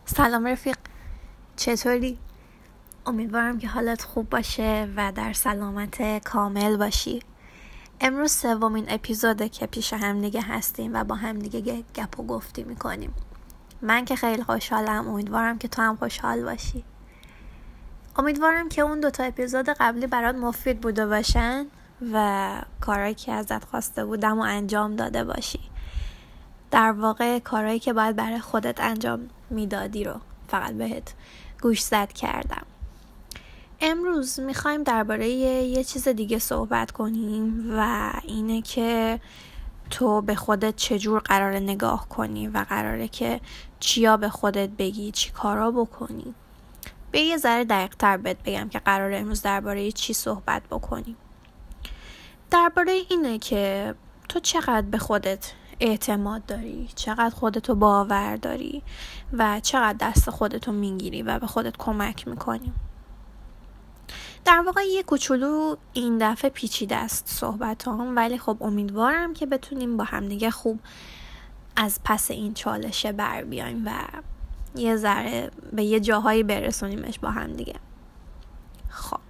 سلام رفیق، چطوری؟ امیدوارم که حالت خوب باشه و در سلامت کامل باشی. امروز سومین اپیزوده که پیش هم دیگه هستیم و با هم دیگه گپ و گفتی میکنیم. من که خیلی خوشحالم، امیدوارم که تو هم خوشحال باشی. امیدوارم که اون 2 اپیزود قبلی برات مفید بوده باشن و کارهایی که ازت خواسته بودم و انجام داده باشی. در واقع کارهایی که باید برای خودت انجام میدادی رو فقط بهت گوشزد کردم. امروز میخوایم درباره یه چیز دیگه صحبت کنیم و اینه که تو به خودت چجور قراره نگاه کنی و قراره که چیا به خودت بگی، چی کارا بکنی. به یه ذره دقیق تر بهت بگم که قراره امروز درباره چی صحبت بکنیم. درباره اینه که تو چقدر به خودت اعتماد داری، چقدر خودتو باور داری و چقدر دست خودتو میگیری و به خودت کمک میکنی. در واقع یه کوچولو این دفعه پیچیده است صحبتام، ولی خب امیدوارم که بتونیم با همدیگه خوب از پس این چالشه بر بیایم و یه ذره به یه جاهایی برسونیمش با همدیگه. خب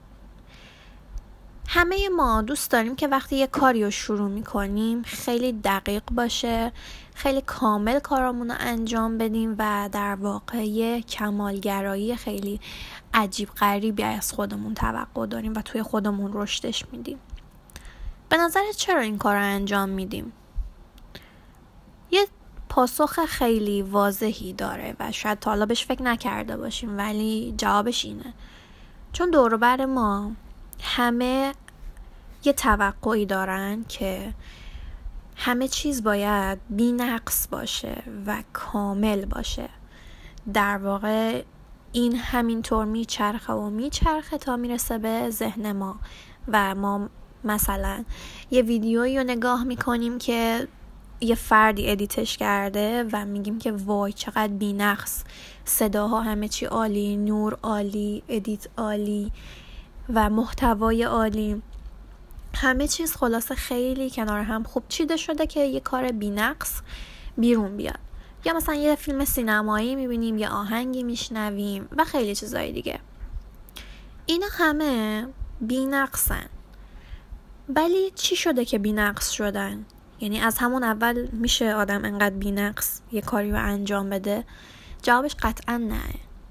همه ما دوست داریم که وقتی یه کاری رو شروع میکنیم خیلی دقیق باشه، خیلی کامل کارامون رو انجام بدیم و در واقع یه کمالگرایی خیلی عجیب غریبی از خودمون توقع داریم و توی خودمون رشدش میدیم. به نظرت چرا این کار رو انجام میدیم؟ یه پاسخ خیلی واضحی داره و شاید تا حالا بهش فکر نکرده باشیم، ولی جوابش اینه: چون دور و بر ما همه یه توقعی دارن که همه چیز باید بی نقص باشه و کامل باشه. در واقع این همینطور میچرخه تا میرسه به ذهن ما و ما مثلا یه ویدیویی رو نگاه میکنیم که یه فردی ادیتش کرده و میگیم که وای چقدر بی نقص، صداها همه چی عالی، نور عالی، ادیت عالی و محتوای عالی، همه چیز خلاصه خیلی کنار هم خوب چیده شده که یه کار بی‌نقص بیرون بیاد. یا مثلا یه فیلم سینمایی میبینیم، یه آهنگی میشنویم و خیلی چیزای دیگه. اینا همه بی‌نقصن. ولی چی شده که بی‌نقص شدن؟ یعنی از همون اول میشه آدم انقدر بی‌نقص یه کاری رو انجام بده؟ جوابش قطعا نه.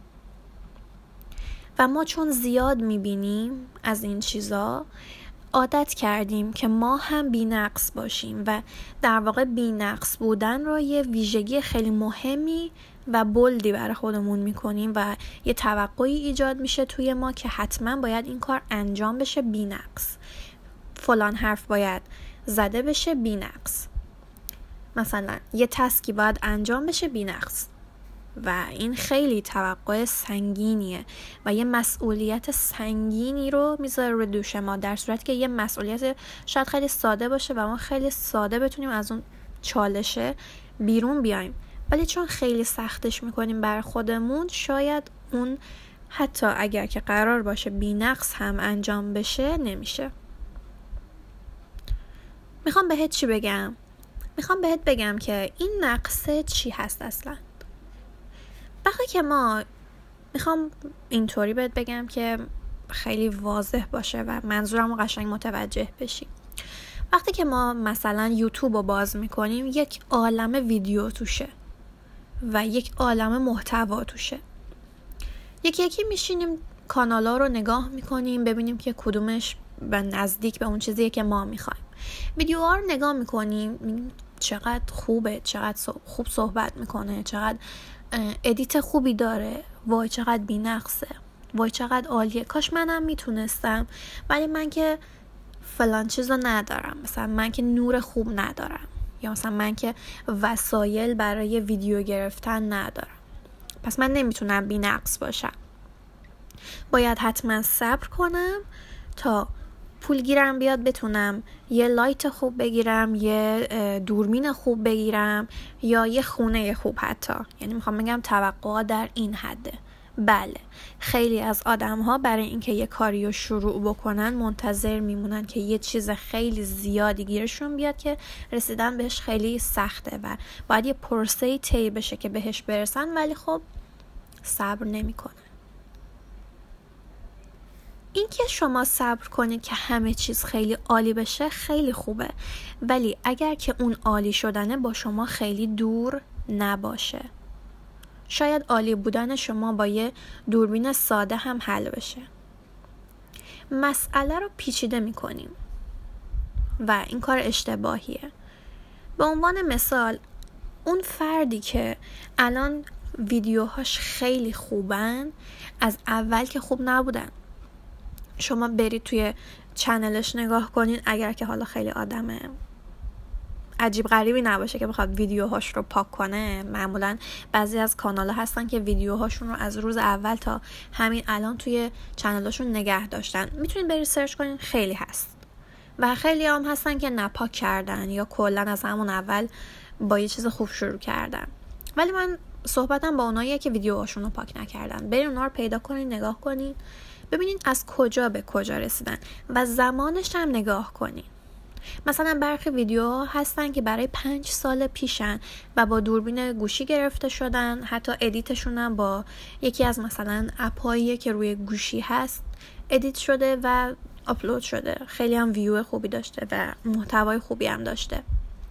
و ما چون زیاد میبینیم از این چیزا، عادت کردیم که ما هم بی‌نقص باشیم و در واقع بی‌نقص بودن رو یه ویژگی خیلی مهمی و بولدی برای خودمون میکنیم و یه توقعی ایجاد میشه توی ما که حتما باید این کار انجام بشه بی‌نقص. فلان حرف باید زده بشه بی‌نقص. مثلا یه تسکی باید انجام بشه بی‌نقص. و این خیلی توقع سنگینیه و یه مسئولیت سنگینی رو میذاره رو دوش ما، در صورتی که یه مسئولیت شاید خیلی ساده باشه و ما خیلی ساده بتونیم از اون چالشه بیرون بیایم، ولی چون خیلی سختش میکنیم برای خودمون، شاید اون حتی اگر که قرار باشه بی‌نقص هم انجام بشه نمیشه. میخوام بهت چی بگم؟ میخوام بهت بگم که این نقصه چی هست اصلا. وقتی که ما، میخوام اینطوری بهت بگم که خیلی واضح باشه و منظورم رو قشنگ متوجه بشی. وقتی که ما مثلا یوتیوب رو باز میکنیم، یک عالمه ویدیو توشه و یک عالمه محتوا توشه. یکی میشینیم کانالا رو نگاه میکنیم ببینیم که کدومش به نزدیک به اون چیزیه که ما میخوایم. ویدیوها رو نگاه میکنیم، چقدر خوبه، چقدر خوب صحبت میکنه، چقدر ادیت خوبی داره، وای چقدر بی‌نقصه، وای چقدر عالیه، کاش منم میتونستم، ولی من که فلان چیزو ندارم، مثلا من که نور خوب ندارم، یا مثلا من که وسایل برای ویدیو گرفتن ندارم، پس من نمیتونم بی‌نقص باشم. باید حتما صبر کنم تا پول گیرم بیاد بتونم یه لایت خوب بگیرم، یه دوربین خوب بگیرم، یا یه خونه خوب حتی. یعنی میخوام بگم توقعات در این حده. بله، خیلی از آدم ها برای اینکه یه کاری رو شروع بکنن منتظر میمونن که یه چیز خیلی زیادی گیرشون بیاد که رسیدن بهش خیلی سخته و باید یه پروسه‌ای طی بشه که بهش برسن. ولی خب صبر نمیکنه. این که شما صبر کنید که همه چیز خیلی عالی بشه خیلی خوبه، ولی اگر که اون عالی شدنه با شما خیلی دور نباشه، شاید عالی بودن شما با یه دوربین ساده هم حل بشه. مسئله رو پیچیده میکنیم و این کار اشتباهیه. به عنوان مثال، اون فردی که الان ویدیوهاش خیلی خوبن از اول که خوب نبودن. شما برید توی چنلش نگاه کنین، اگر که حالا خیلی آدمه عجیب غریبی نباشه که بخواد ویدیوهاش رو پاک کنه. معمولا بعضی از کانال‌ها هستن که ویدیوهاشون رو از روز اول تا همین الان توی چنلاشون نگه داشتن. میتونید برید سرچ کنین، خیلی هست. و خیلی هم هستن که نپاک کردن یا کلا از همون اول با یه چیز خوب شروع کردن. ولی من صحبتم با اوناییه که ویدیوهاشون رو پاک نکردن. برید اونا رو پیدا کنین، نگاه کنین، ببینین از کجا به کجا رسیدن و زمانش هم نگاه کنین. مثلا برخی ویدیوها هستن که برای 5 سال پیشن و با دوربین گوشی گرفته شدن، حتی ادیتشون هم با یکی از مثلا اپایی که روی گوشی هست ادیت شده و آپلود شده. خیلی هم ویو خوبی داشته و محتوای خوبی هم داشته.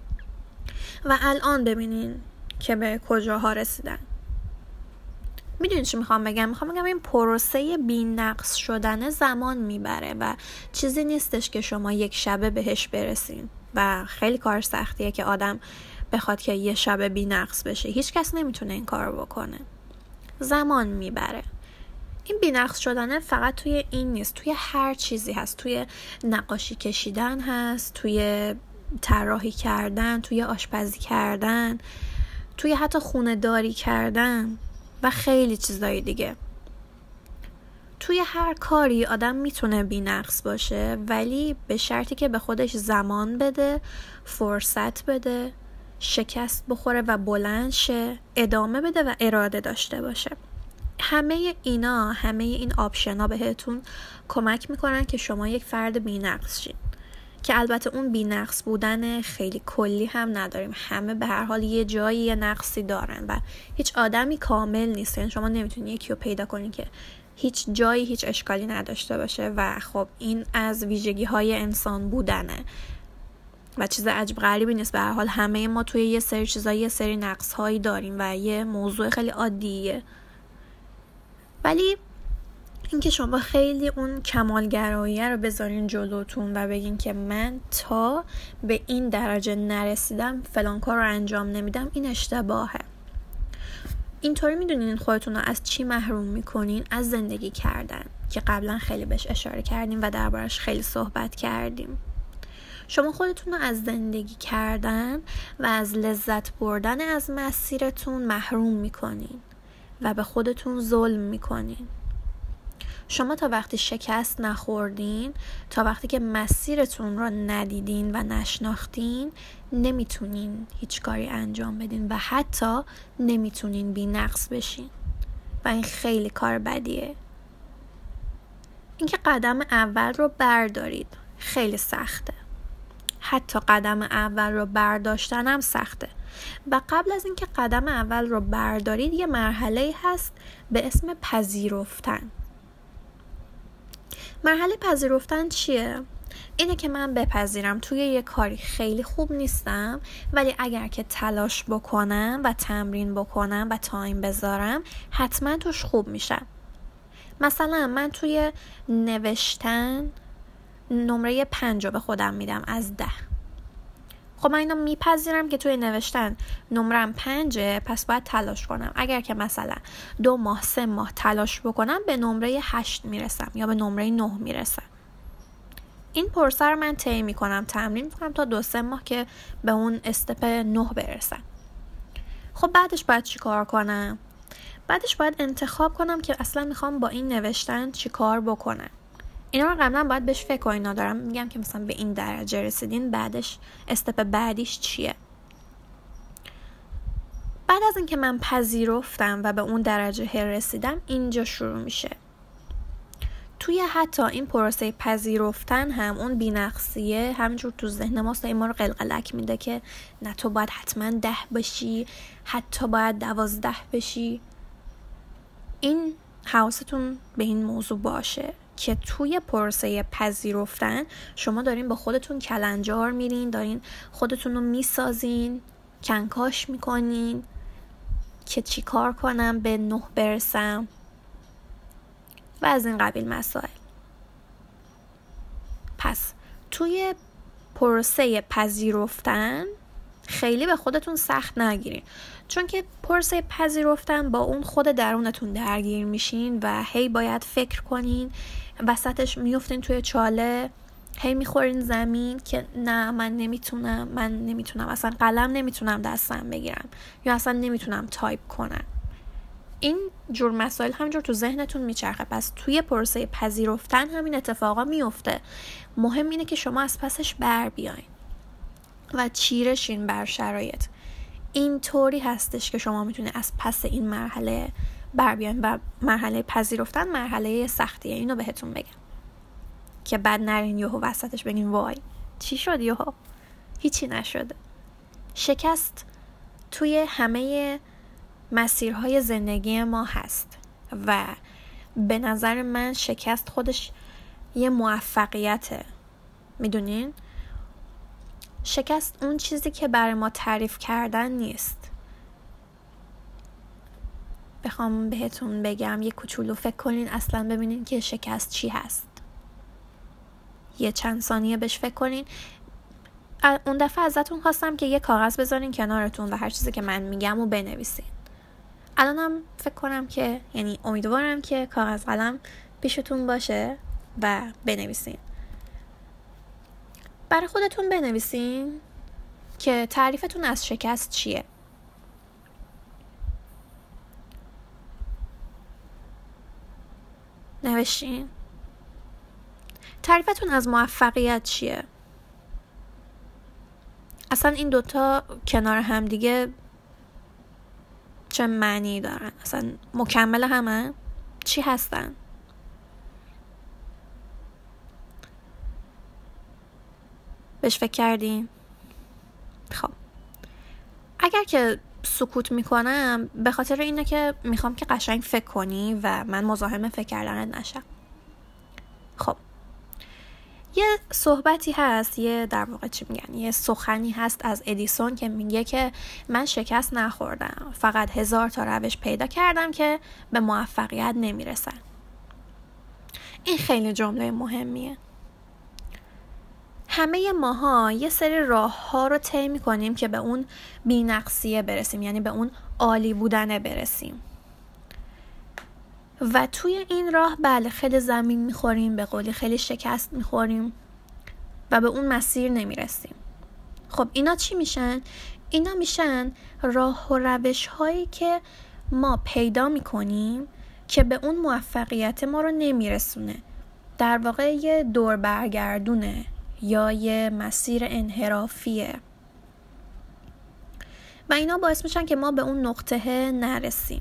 و الان ببینین که به کجاها رسیدن. میدونید چی میخوام بگم این پروسه بی‌نقص شدن زمان میبره و چیزی نیستش که شما یک شبه بهش برسین و خیلی کار سختیه که آدم بخواد که یه شبه بی‌نقص بشه. هیچ کس نمیتونه این کار بکنه. زمان میبره. این بی‌نقص شدن فقط توی این نیست، توی هر چیزی هست. توی نقاشی کشیدن هست، توی طراحی کردن، توی آشپزی کردن، توی حتی خونه داری کردن و خیلی چیزای دیگه. توی هر کاری آدم میتونه بی‌نقص باشه، ولی به شرطی که به خودش زمان بده، فرصت بده، شکست بخوره و بلند شه، ادامه بده و اراده داشته باشه. همه این آپشن‌ها بهتون کمک میکنن که شما یک فرد بی‌نقص شید. که البته اون بی‌نقص بودن خیلی کلی هم نداریم. همه به هر حال یه جایی یه نقصی دارن و هیچ آدمی کامل نیست. یعنی شما نمیتونید یکی رو پیدا کنید که هیچ جایی هیچ اشکالی نداشته باشه و خب این از ویژگی‌های انسان بودنه و چیز عجیب غریبی نیست. به هر حال همه ما توی یه سری چیزا یه سری نقص‌هایی داریم و یه موضوع خیلی عادیه. ولی اینکه شما خیلی اون کمالگرایی رو بذارین جلوتون و بگین که من تا به این درجه نرسیدم فلان کار رو انجام نمیدم، این اشتباهه. اینطوری میدونین خودتون رو از چی محروم میکنین؟ از زندگی کردن که قبلا خیلی بهش اشاره کردیم و دربارش خیلی صحبت کردیم. شما خودتون رو از زندگی کردن و از لذت بردن از مسیرتون محروم میکنین و به خودتون ظلم میکنین. شما تا وقتی شکست نخوردین، تا وقتی که مسیرتون رو ندیدین و نشناختین، نمیتونین هیچ کاری انجام بدین و حتی نمیتونین بی‌نقص بشین و این خیلی کار بدیه. اینکه قدم اول رو بردارید خیلی سخته. حتی قدم اول رو برداشتن هم سخته. و قبل از اینکه قدم اول رو بردارید یه مرحله هست به اسم پذیرفتن. مرحله پذیرفتن چیه؟ اینه که من بپذیرم توی یه کاری خیلی خوب نیستم، ولی اگر که تلاش بکنم و تمرین بکنم و تایم بذارم حتما توش خوب میشم. مثلا من توی نوشتن نمره 5 رو به خودم میدم از 10. خب من اینو میپذیرم که توی نوشتن نمرم 5، پس باید تلاش کنم. اگر که مثلا 2 ماه 3 ماه تلاش بکنم به نمره 8 میرسم یا به نمره 9 میرسم. این پروسه رو من طی میکنم، تمرین میکنم تا 2-3 ماه که به اون استپ 9 برسم. خب بعدش باید چی کار کنم؟ بعدش باید انتخاب کنم که اصلا میخوام با این نوشتن چی کار بکنم. اینا رو قبلا باید بهش فکر کنین. دارم میگم که مثلا به این درجه رسیدین، بعدش استپ بعدیش چیه. بعد از اینکه من پذیرفتم و به اون درجه رسیدم، اینجا شروع میشه. توی حتی این پروسه پذیرفتن هم اون بی‌نقصیه همینجور تو ذهن ما رو قلقلک میده که نه تو باید حتما 10 بشی، حتی باید 12 بشی. این حواستون به این موضوع باشه که توی پروسه پذیرفتن شما دارین با خودتون کلنجار میرین، دارین خودتون رو میسازین، کنکاش میکنین که چی کار کنم به 9 برسم و از این قبیل مسائل. پس توی پروسه پذیرفتن خیلی به خودتون سخت نگیرین، چون که پروسه پذیرفتن با اون خود درونتون درگیر میشین و هی باید فکر کنین، وسطش میفتین توی چاله، هی میخورین زمین که نه من نمیتونم اصلا قلم نمیتونم دستم بگیرم یا اصلا نمیتونم تایپ کنم. این جور مسائل همجور تو ذهنتون میچرخه. پس توی پروسه پذیرفتن همین اتفاقا میفته. مهم اینه که شما از پسش بر بیاین و چیره شین بر شرایط. این طوری هستش که شما میتونید از پس این مرحله بر بیاین و مرحله پذیرفتن مرحله سختیه. اینو بهتون بگم که بعد نرین یهو وسطش بگین وای چی شد یهو. هیچی نشده. شکست توی همه مسیرهای زندگی ما هست و به نظر من شکست خودش یه موفقیته. میدونین؟ شکست اون چیزی که برای ما تعریف کردن نیست. بخوام بهتون بگم یه کوچولو فکر کنین اصلا ببینین که شکست چی هست. یه چند ثانیه بهش فکر کنین. اون دفعه ازتون خواستم که یه کاغذ بذارین کنارتون و هر چیزی که من میگم رو بنویسین. الانم فکر کنم که امیدوارم که کاغذ قلم پیشتون باشه و بنویسین. برای خودتون بنویسین که تعریفتون از شکست چیه. نوشین. تعریفتون از موفقیت چیه؟ اصلا این دوتا کنار هم دیگه چه معنی دارن؟ اصلا مکمل همه؟ چی هستن؟ بهش فکر کردین؟ خب اگر که سکوت میکنم به خاطر اینه که میخوام که قشنگ فکر کنی و من مزاحم فکر کردنت نشم. خب یه صحبتی هست، یه سخنی هست از ادیسون که میگه که من شکست نخوردم، فقط 1000 تا روش پیدا کردم که به موفقیت نمیرسن. این خیلی جمله مهمیه. همه ماها یه سری راه ها رو طی می‌کنیم که به اون بی‌نقصیه برسیم، یعنی به اون عالی بودن برسیم. و توی این راه بله خیلی زمین میخوریم، به قولی خیلی شکست میخوریم و به اون مسیر نمیرسیم. خب اینا چی میشن؟ اینا میشن راه و روش هایی که ما پیدا میکنیم که به اون موفقیت ما رو نمیرسونه. در واقع یه دور برگردونه یا یه مسیر انحرافیه و اینا باعث میشن که ما به اون نقطه نرسیم.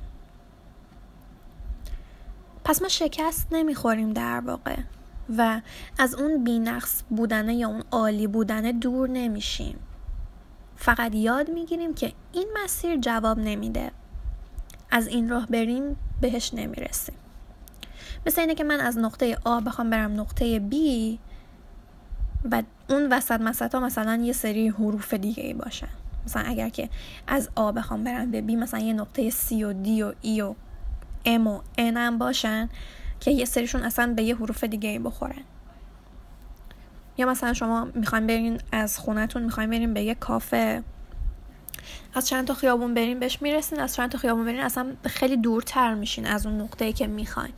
پس ما شکست نمیخوریم در واقع و از اون بی‌نقص بودنه یا اون عالی بودنه دور نمیشیم. فقط یاد میگیریم که این مسیر جواب نمیده، از این راه بریم بهش نمیرسیم. مثل اینه که من از نقطه A بخوام برم نقطه B و اون وسط ها مثلا یه سری حروف دیگه ای باشن. مثلا اگر که از A بخوام برم به B مثلا یه نقطه C و D و E و M و N هم باشن که یه سریشون اصلا به یه حروف دیگه ای بخورن. یا مثلا شما میخواین برین از خونتون میخواین برین به یه کافه، از چند تا خیابون برین بهش میرسین، از چند تا خیابون برین اصلا خیلی دورتر میشین از اون نقطه‌ای که میخواین.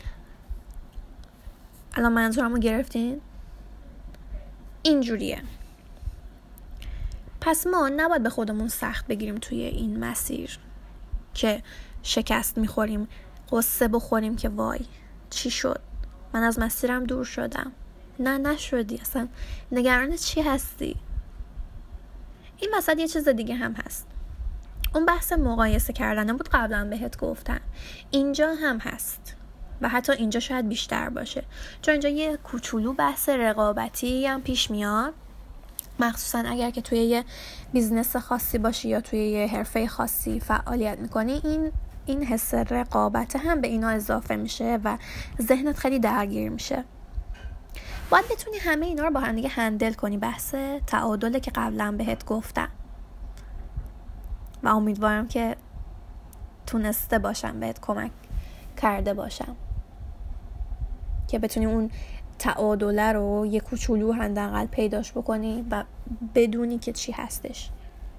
الان منظورمو گرفتین؟ اینجوریه. پس ما نباید به خودمون سخت بگیریم توی این مسیر که شکست میخوریم، قصه بخوریم که وای چی شد، من از مسیرم دور شدم. نه نشدی، اصلا نگران چی هستی؟ این وسط یه چیز دیگه هم هست. اون بحث مقایسه کردنه بود قبلا بهت گفتم، اینجا هم هست و حتی اینجا شاید بیشتر باشه، چون اینجا یه کوچولو بحث رقابتی هم پیش میاد، مخصوصا اگر که توی یه بیزنس خاصی باشی یا توی یه حرفه خاصی فعالیت میکنی. این حس رقابت هم به اینا اضافه میشه و ذهنت خیلی درگیر میشه. باید بتونی همه اینا رو با هم دیگه هندل کنی. بحث تعادله که قبلا بهت گفتم و امیدوارم که تونسته باشم بهت کمک کرده باشم که بتونی اون تعادله رو یه کوچولو حداقل پیداش بکنی و بدونی که چی هستش.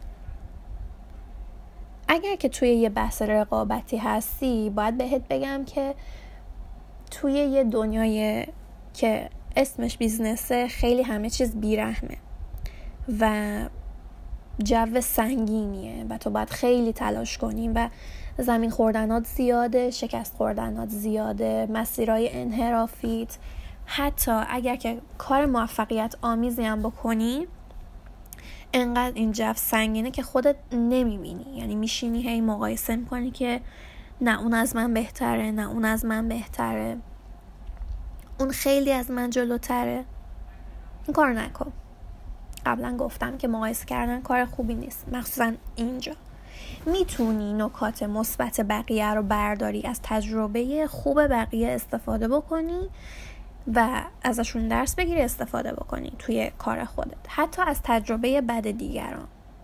اگر که توی یه بحث رقابتی هستی، باید بهت بگم که توی یه دنیای که اسمش بیزنسه خیلی همه چیز بیرحمه و جو سنگینیه و تو باید خیلی تلاش کنی و زمین خوردنات زیاده، شکست خوردنات زیاده، مسیرهای انحرافیت. حتی اگر که کار موفقیت آمیزی هم بکنی، انقدر این جو سنگینه که خودت نمیبینی. یعنی میشینی هی مقایسه میکنی که نه اون از من بهتره، نه اون از من بهتره، اون خیلی از من جلوتره. این کار نکن. قبلا گفتم که مقایسه کردن کار خوبی نیست، مخصوصا اینجا. میتونی نکات مثبت بقیه رو برداری، از تجربه خوب بقیه استفاده بکنی و ازشون درس بگیری، استفاده بکنی توی کار خودت، حتی از تجربه بد دیگران.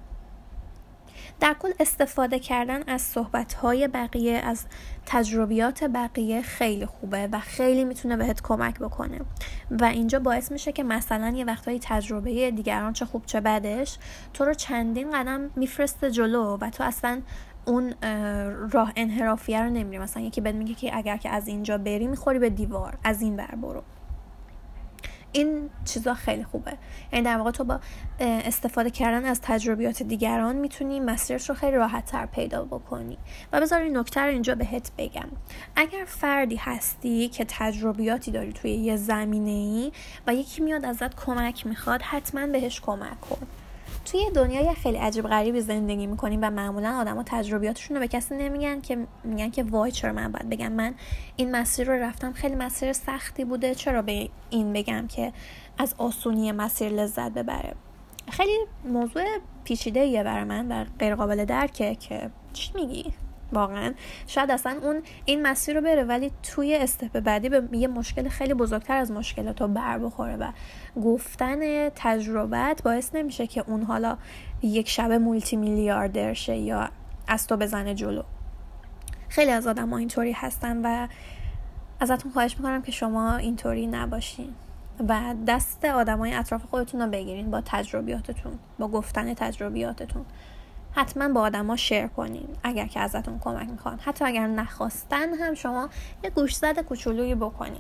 در کل استفاده کردن از صحبت‌های بقیه، از تجربیات بقیه خیلی خوبه و خیلی میتونه بهت کمک بکنه و اینجا باعث میشه که مثلا یه وقتایی تجربه دیگران چه خوب چه بدش تو رو چندین قدم میفرسته جلو و تو اصلا اون راه انحرافیه رو نمیری. مثلا یکی بهت میگه که اگر که از اینجا بری میخوری به دیوار، از این ور برو. این چیزا خیلی خوبه. یعنی در واقع تو با استفاده کردن از تجربیات دیگران میتونی مسیرش رو خیلی راحت تر پیدا بکنی. و بذار این نکته رو اینجا بهت بگم. اگر فردی هستی که تجربیاتی داری توی یه زمینه‌ای و یکی میاد ازت کمک میخواد، حتما بهش کمک کن. توی دنیای خیلی عجیب غریبی زندگی میکنیم و معمولا آدما تجربیاتشون رو به کسی نمیگن که میگن که وای چرا من باید بگم، من این مسیر رو رفتم خیلی مسیر سختی بوده، چرا به این بگم که از آسونی مسیر لذت ببره. خیلی موضوع پیچیده‌ایه برای من و غیر قابل درکه که چی میگی واقعا. شاید اصلا اون این مسیر رو بره ولی توی استپ بعدی به یه مشکل خیلی بزرگتر از مشکلاتو بر بخوره و گفتن تجربت باعث نمیشه که اون حالا یک شبه مولتی میلیاردر شه یا از تو بزنه جلو. خیلی از آدم‌ها اینطوری هستن و ازتون خواهش میکنم که شما اینطوری نباشین و دست آدمای اطراف خودتون رو بگیرین با تجربیاتتون، با گفتن تجربیاتتون. حتما با آدما شیر کنین اگر که ازتون کمک میخوان، حتی اگر نخواستن هم شما یه گوشزد کوچولویی بکنین.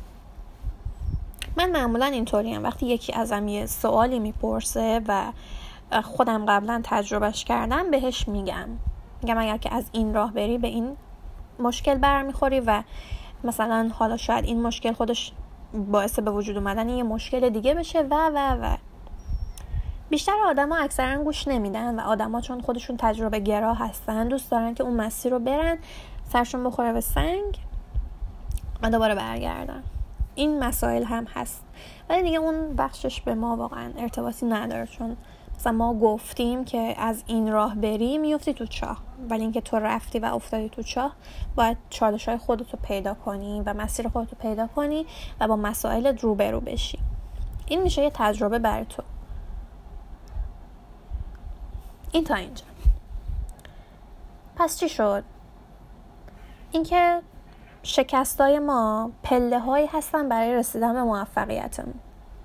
من معمولا اینطوریم، وقتی یکی ازم یه سوالی میپرسه و خودم قبلا تجربهش کردم بهش میگم اگر که از این راه بری به این مشکل برمیخوری و مثلا حالا شاید این مشکل خودش باعث به وجود اومدن یه مشکل دیگه بشه و بیشتر آدما اکثرا گوش نمیدن و آدما چون خودشون تجربه گرا هستن دوست دارن که اون مسیر رو برن، سرشون بخوره به سنگ و دوباره برگردن. این مسائل هم هست ولی دیگه اون بخشش به ما واقعا ارتباطی نداره، چون مثلا ما گفتیم که از این راه بری میفتی تو چاه، ولی اینکه تو رفتی و افتادی تو چاه باید چالش‌های خودتو پیدا کنی و مسیر خودتو پیدا کنی و با مسائل روبرو بشی. این میشه یه تجربه برای تو. این تا اینجا. پس چی شد؟ اینکه شکستای ما پله هایی هستن برای رسیدن به موفقیتمون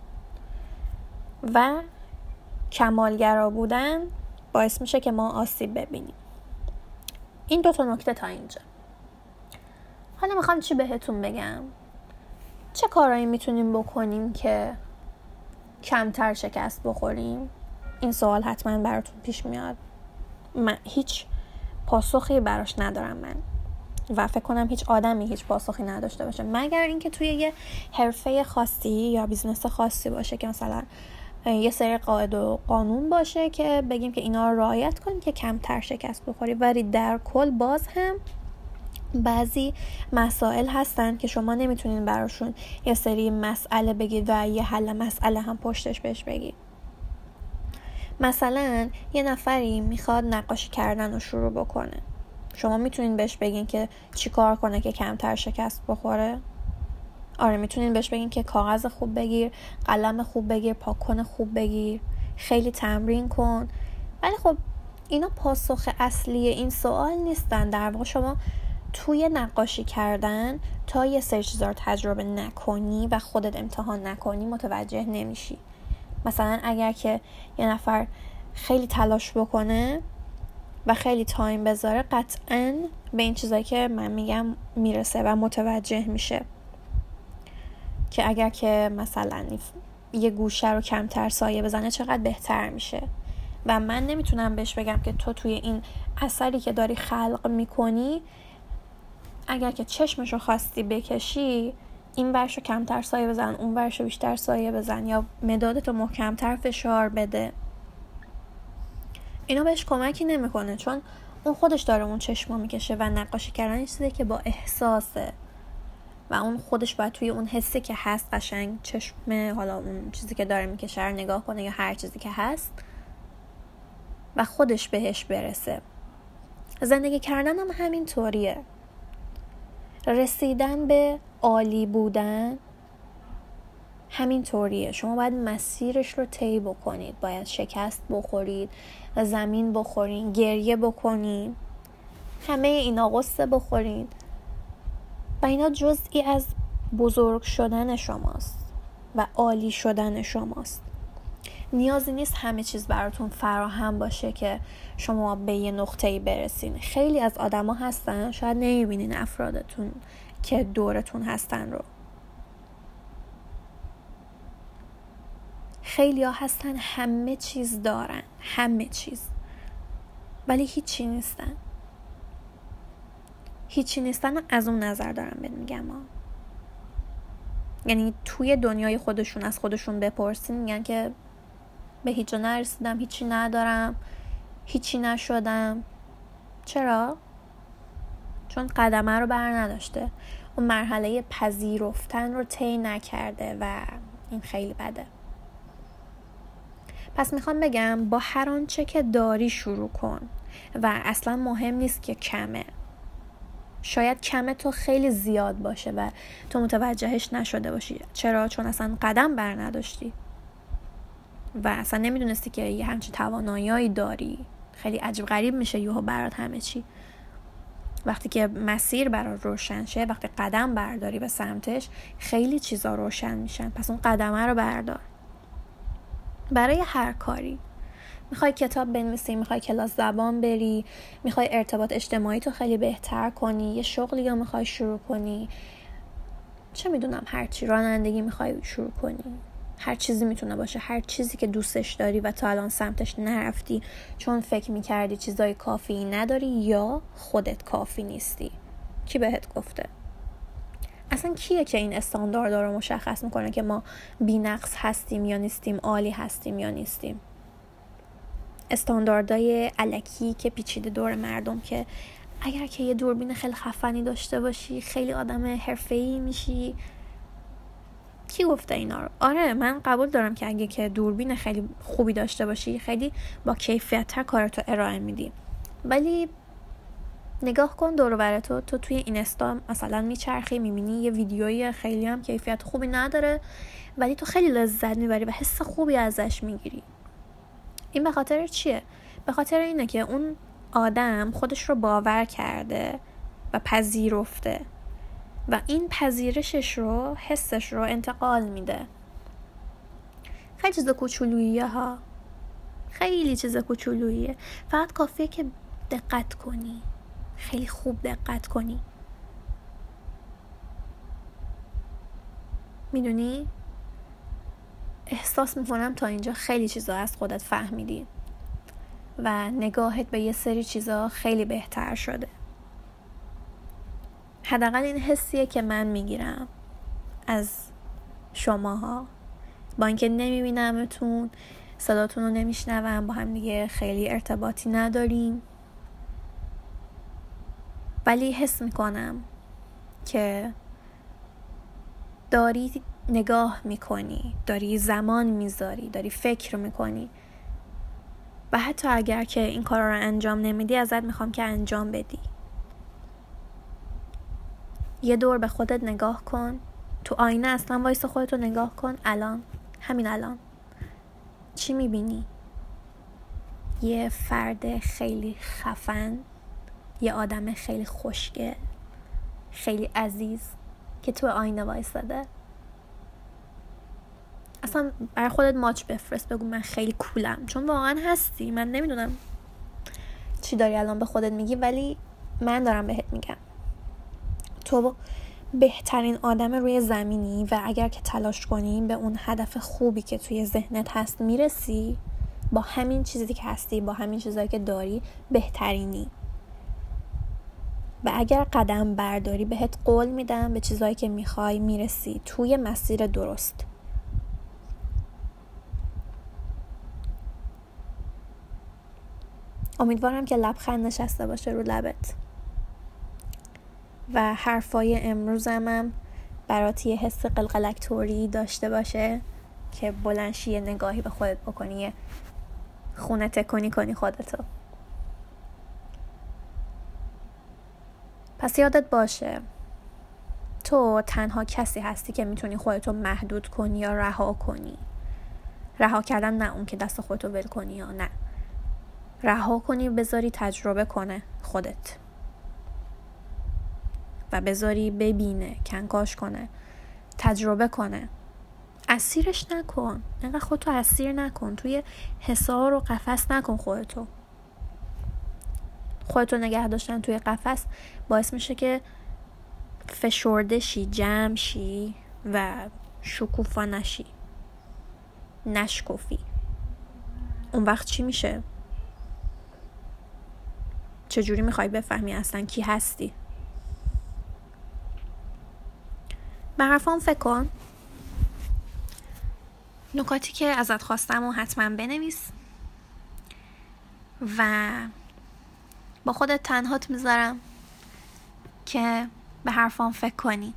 و کمالگرا بودن باعث میشه که ما آسیب ببینیم. این دو تا نکته تا اینجا. حالا میخوام چی بهتون بگم؟ چه کارهایی میتونیم بکنیم که کمتر شکست بخوریم؟ این سوال حتما براتون پیش میاد. من هیچ پاسخی براش ندارم من و فکر کنم هیچ آدمی هیچ پاسخی نداشته باشه مگر اینکه توی یه حرفه خاصی یا بیزنس خاصی باشه که مثلا یه سری قاعده و قانون باشه که بگیم که اینا رو رعایت کنیم که کمتر شکست بخوری. ولی در کل باز هم بعضی مسائل هستن که شما نمیتونین براشون یه سری مسئله بگید و یه حل مسئله هم پشتش بهش بگید. مثلا یه نفری میخواد نقاشی کردن رو شروع بکنه، شما میتونین بهش بگین که چی کار کنه که کمتر شکست بخوره؟ آره، میتونین بهش بگین که کاغذ خوب بگیر، قلم خوب بگیر، پاکن خوب بگیر، خیلی تمرین کن. ولی خب اینا پاسخ اصلی این سوال نیستن. در واقع شما توی نقاشی کردن تا یه سری چیزا رو تجربه نکنی و خودت امتحان نکنی متوجه نمیشی. مثلا اگر که یه نفر خیلی تلاش بکنه و خیلی تایم بذاره، قطعاً به این چیزایی که من میگم میرسه و متوجه میشه که اگر که مثلا یه گوشه رو کمتر سایه بزنه چقدر بهتر میشه. و من نمیتونم بهش بگم که تو توی این اثری که داری خلق میکنی اگر که چشمشو خواستی بکشی، این ورشو کمتر سایه بزن، اون ورشو بیشتر سایه بزن، یا مدادتو محکمتر فشار بده. اینا بهش کمکی نمیکنه، چون اون خودش داره اون چشمو میکشه و نقاشی کردن چیزی که با احساسه و اون خودش باید توی اون حسی که هست قشنگ چشم، حالا اون چیزی که داره میکشه رو نگاه کنه یا هر چیزی که هست و خودش بهش برسه. زندگی کردن هم همین طوریه. رسیدن به عالی بودن همین طوریه. شما باید مسیرش رو طی بکنید، باید شکست بخورید، زمین بخورید، گریه بکنید، همه اینا، قصه بخورید و اینا جزئی از بزرگ شدن شماست و عالی شدن شماست. نیازی نیست همه چیز براتون فراهم باشه که شما به یه نقطه‌ای برسین. خیلی از آدما هستن، شاید نمیبینین افرادتون که دورتون هستن رو. خیلی ها هستن همه چیز دارن، همه چیز، ولی هیچی نیستن. هیچی نیستن از اون نظر دارم بهت میگم یعنی توی دنیای خودشون از خودشون بپرسین، میگن که به هیچ جا نرسیدم، هیچی ندارم، هیچی نشدم. چرا؟ چون قدمه رو بر نداشته، اون مرحله پذیرفتن رو طی نکرده و این خیلی بده. پس میخوام بگم با هر آنچه که داری شروع کن و اصلا مهم نیست که کمه. شاید کم تو خیلی زیاد باشه و تو متوجهش نشده باشی. چرا؟ چون اصلا قدم بر نداشتی و اصلا نمیدونستی که یه همچین توانایی داری. خیلی عجیب غریب میشه یهو برات همه چی. وقتی که مسیر برات روشن شه، وقتی قدم برداری به سمتش، خیلی چیزا روشن میشن. پس اون قدمه رو بردار. برای هر کاری، میخوای کتاب بنویسی، میخوای کلاس زبان بری، میخوای ارتباط اجتماعی تو خیلی بهتر کنی، یه شغلی یا میخوای شروع کنی، چه میدونم، هر چی، رانندگی میخوای شروع کنی، هر چیزی میتونه باشه، هر چیزی که دوستش داری و تا الان سمتش نرفتی چون فکر میکردی چیزای کافی نداری یا خودت کافی نیستی. کی بهت گفته؟ اصلا کیه که این استاندارد رو مشخص میکنه که ما بی‌نقص هستیم یا نیستیم، عالی هستیم یا نیستیم؟ استانداردهای الکی که پیچیده دور مردم که اگر که یه دوربین خیلی خفنی داشته باشی خیلی آدم حرفه‌ای میشی. کی گفته اینا رو؟ آره، من قبول دارم که اگه که دوربین خیلی خوبی داشته باشی خیلی با کیفیت‌تر کارتو ارائه میدی، ولی نگاه کن دور و بر تو توی اینستا مثلا میچرخی، میبینی یه ویدیوی خیلی هم کیفیت خوبی نداره ولی تو خیلی لذت میبری و حس خوبی ازش میگیری. این به خاطر چیه؟ به خاطر اینه که اون آدم خودش رو باور کرده و پذیرفته و این پذیرشش رو، حسش رو انتقال میده. خیلی چیز کوچولوییه ها، خیلی چیز کوچولوییه، فقط کافیه که دقت کنی، خیلی خوب دقت کنی. میدونی؟ احساس میکنم تا اینجا خیلی چیزا از خودت فهمیدی و نگاهت به یه سری چیزا خیلی بهتر شده. حداقل این حسیه که من میگیرم از شماها، با اینکه نمیبینمتون، صداتون رو نمیشنوم، با هم دیگه خیلی ارتباطی نداریم، ولی حس میکنم که داری نگاه میکنی، داری زمان میذاری، داری فکر میکنی و حتی اگر که این کارا رو انجام نمیدی ازت میخوام که انجام بدی. یه دور به خودت نگاه کن، تو آینه اصلا وایس خودتو نگاه کن. الان، همین الان چی میبینی؟ یه فرد خیلی خفن، یه آدم خیلی خوشگل، خیلی عزیز که تو آینه وایساده. اصلا برای خودت ماچ بفرست، بگو من خیلی کولم، چون واقعا هستی. من نمیدونم چی داری الان به خودت میگی، ولی من دارم بهت میگم تو بهترین آدم روی زمینی و اگر که تلاش کنی به اون هدف خوبی که توی ذهنت هست میرسی. با همین چیزی که هستی، با همین چیزایی که داری بهترینی. و اگر قدم برداری بهت قول میدم به چیزایی که میخوای میرسی، توی مسیر درست. امیدوارم که لبخند نشسته باشه رو لبت و حرفای امروزم برات یه حس قلقلک طوری داشته باشه که بلنشی یه نگاهی به خودت بکنی، یه خونه تکونی کنی خودتو. پس یادت باشه تو تنها کسی هستی که میتونی خودتو محدود کنی یا رها کنی. رها کردن نه اون که دست خودتو ول کنی، یا نه، رها کنی بذاری تجربه کنه خودت و بذاری ببینه، کنکاش کنه، تجربه کنه. اسیرش نکن، اینقدر خودتو اسیر نکن، توی حصار و قفس نکن خودتو نگه داشتن توی قفس باعث میشه که فشرده شی، جمع شی و شکوفا نشی، نشکفی. اون وقت چی میشه؟ چجوری میخوای بفهمی اصلا کی هستی؟ به حرفام فکر کن. نکاتی که ازت خواستم و حتما بنویس و با خودت تنهات میذارم که به حرفام فکر کنی.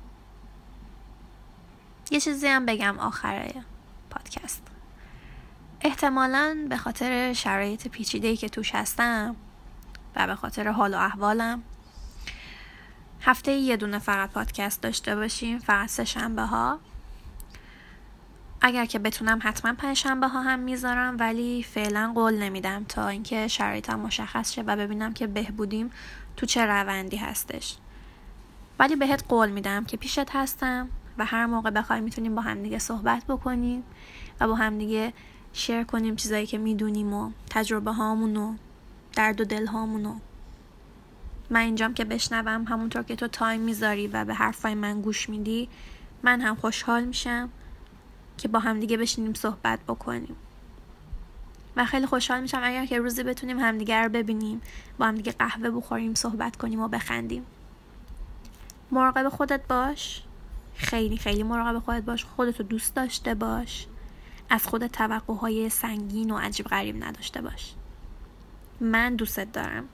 یه چیزی هم بگم آخره پادکست. احتمالاً به خاطر شرایط پیچیده‌ای که توش هستم و به خاطر حال و احوالم هفته یه دونه فقط پادکست داشته باشیم، فقط 3 شنبه ها. اگر که بتونم حتما 5 شنبه ها هم میذارم، ولی فعلا قول نمیدم تا اینکه شرایطم مشخص شه و ببینم که بهبودیم تو چه روندی هستش. ولی بهت قول میدم که پیشت هستم و هر موقع بخوای میتونیم با هم دیگه صحبت بکنیم و با هم دیگه شیر کنیم چیزایی که میدونیم و تجربه هامونو، درد و دل هامونو. من اینجام که بشنوم، همونطور که تو تایم میذاری و به حرفای من گوش میدی، من هم خوشحال میشم که با هم دیگه بشینیم صحبت بکنیم. و خیلی خوشحال میشم اگر که روزی بتونیم همدیگه رو ببینیم، با هم دیگه قهوه بخوریم، صحبت کنیم و بخندیم. مراقب خودت باش، خیلی خیلی مراقب خودت باش. خودتو دوست داشته باش، از خودت توقعهای سنگین و عجیب غریب نداشته باش. من دوستت دارم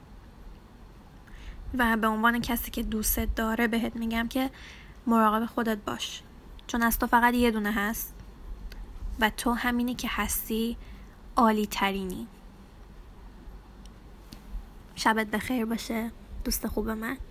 و به عنوان کسی که دوستت داره بهت میگم که مراقب خودت باش، چون از تو فقط یه دونه هست و تو همینی که هستی عالی ترینی. شبت بخیر باشه دوست خوب من.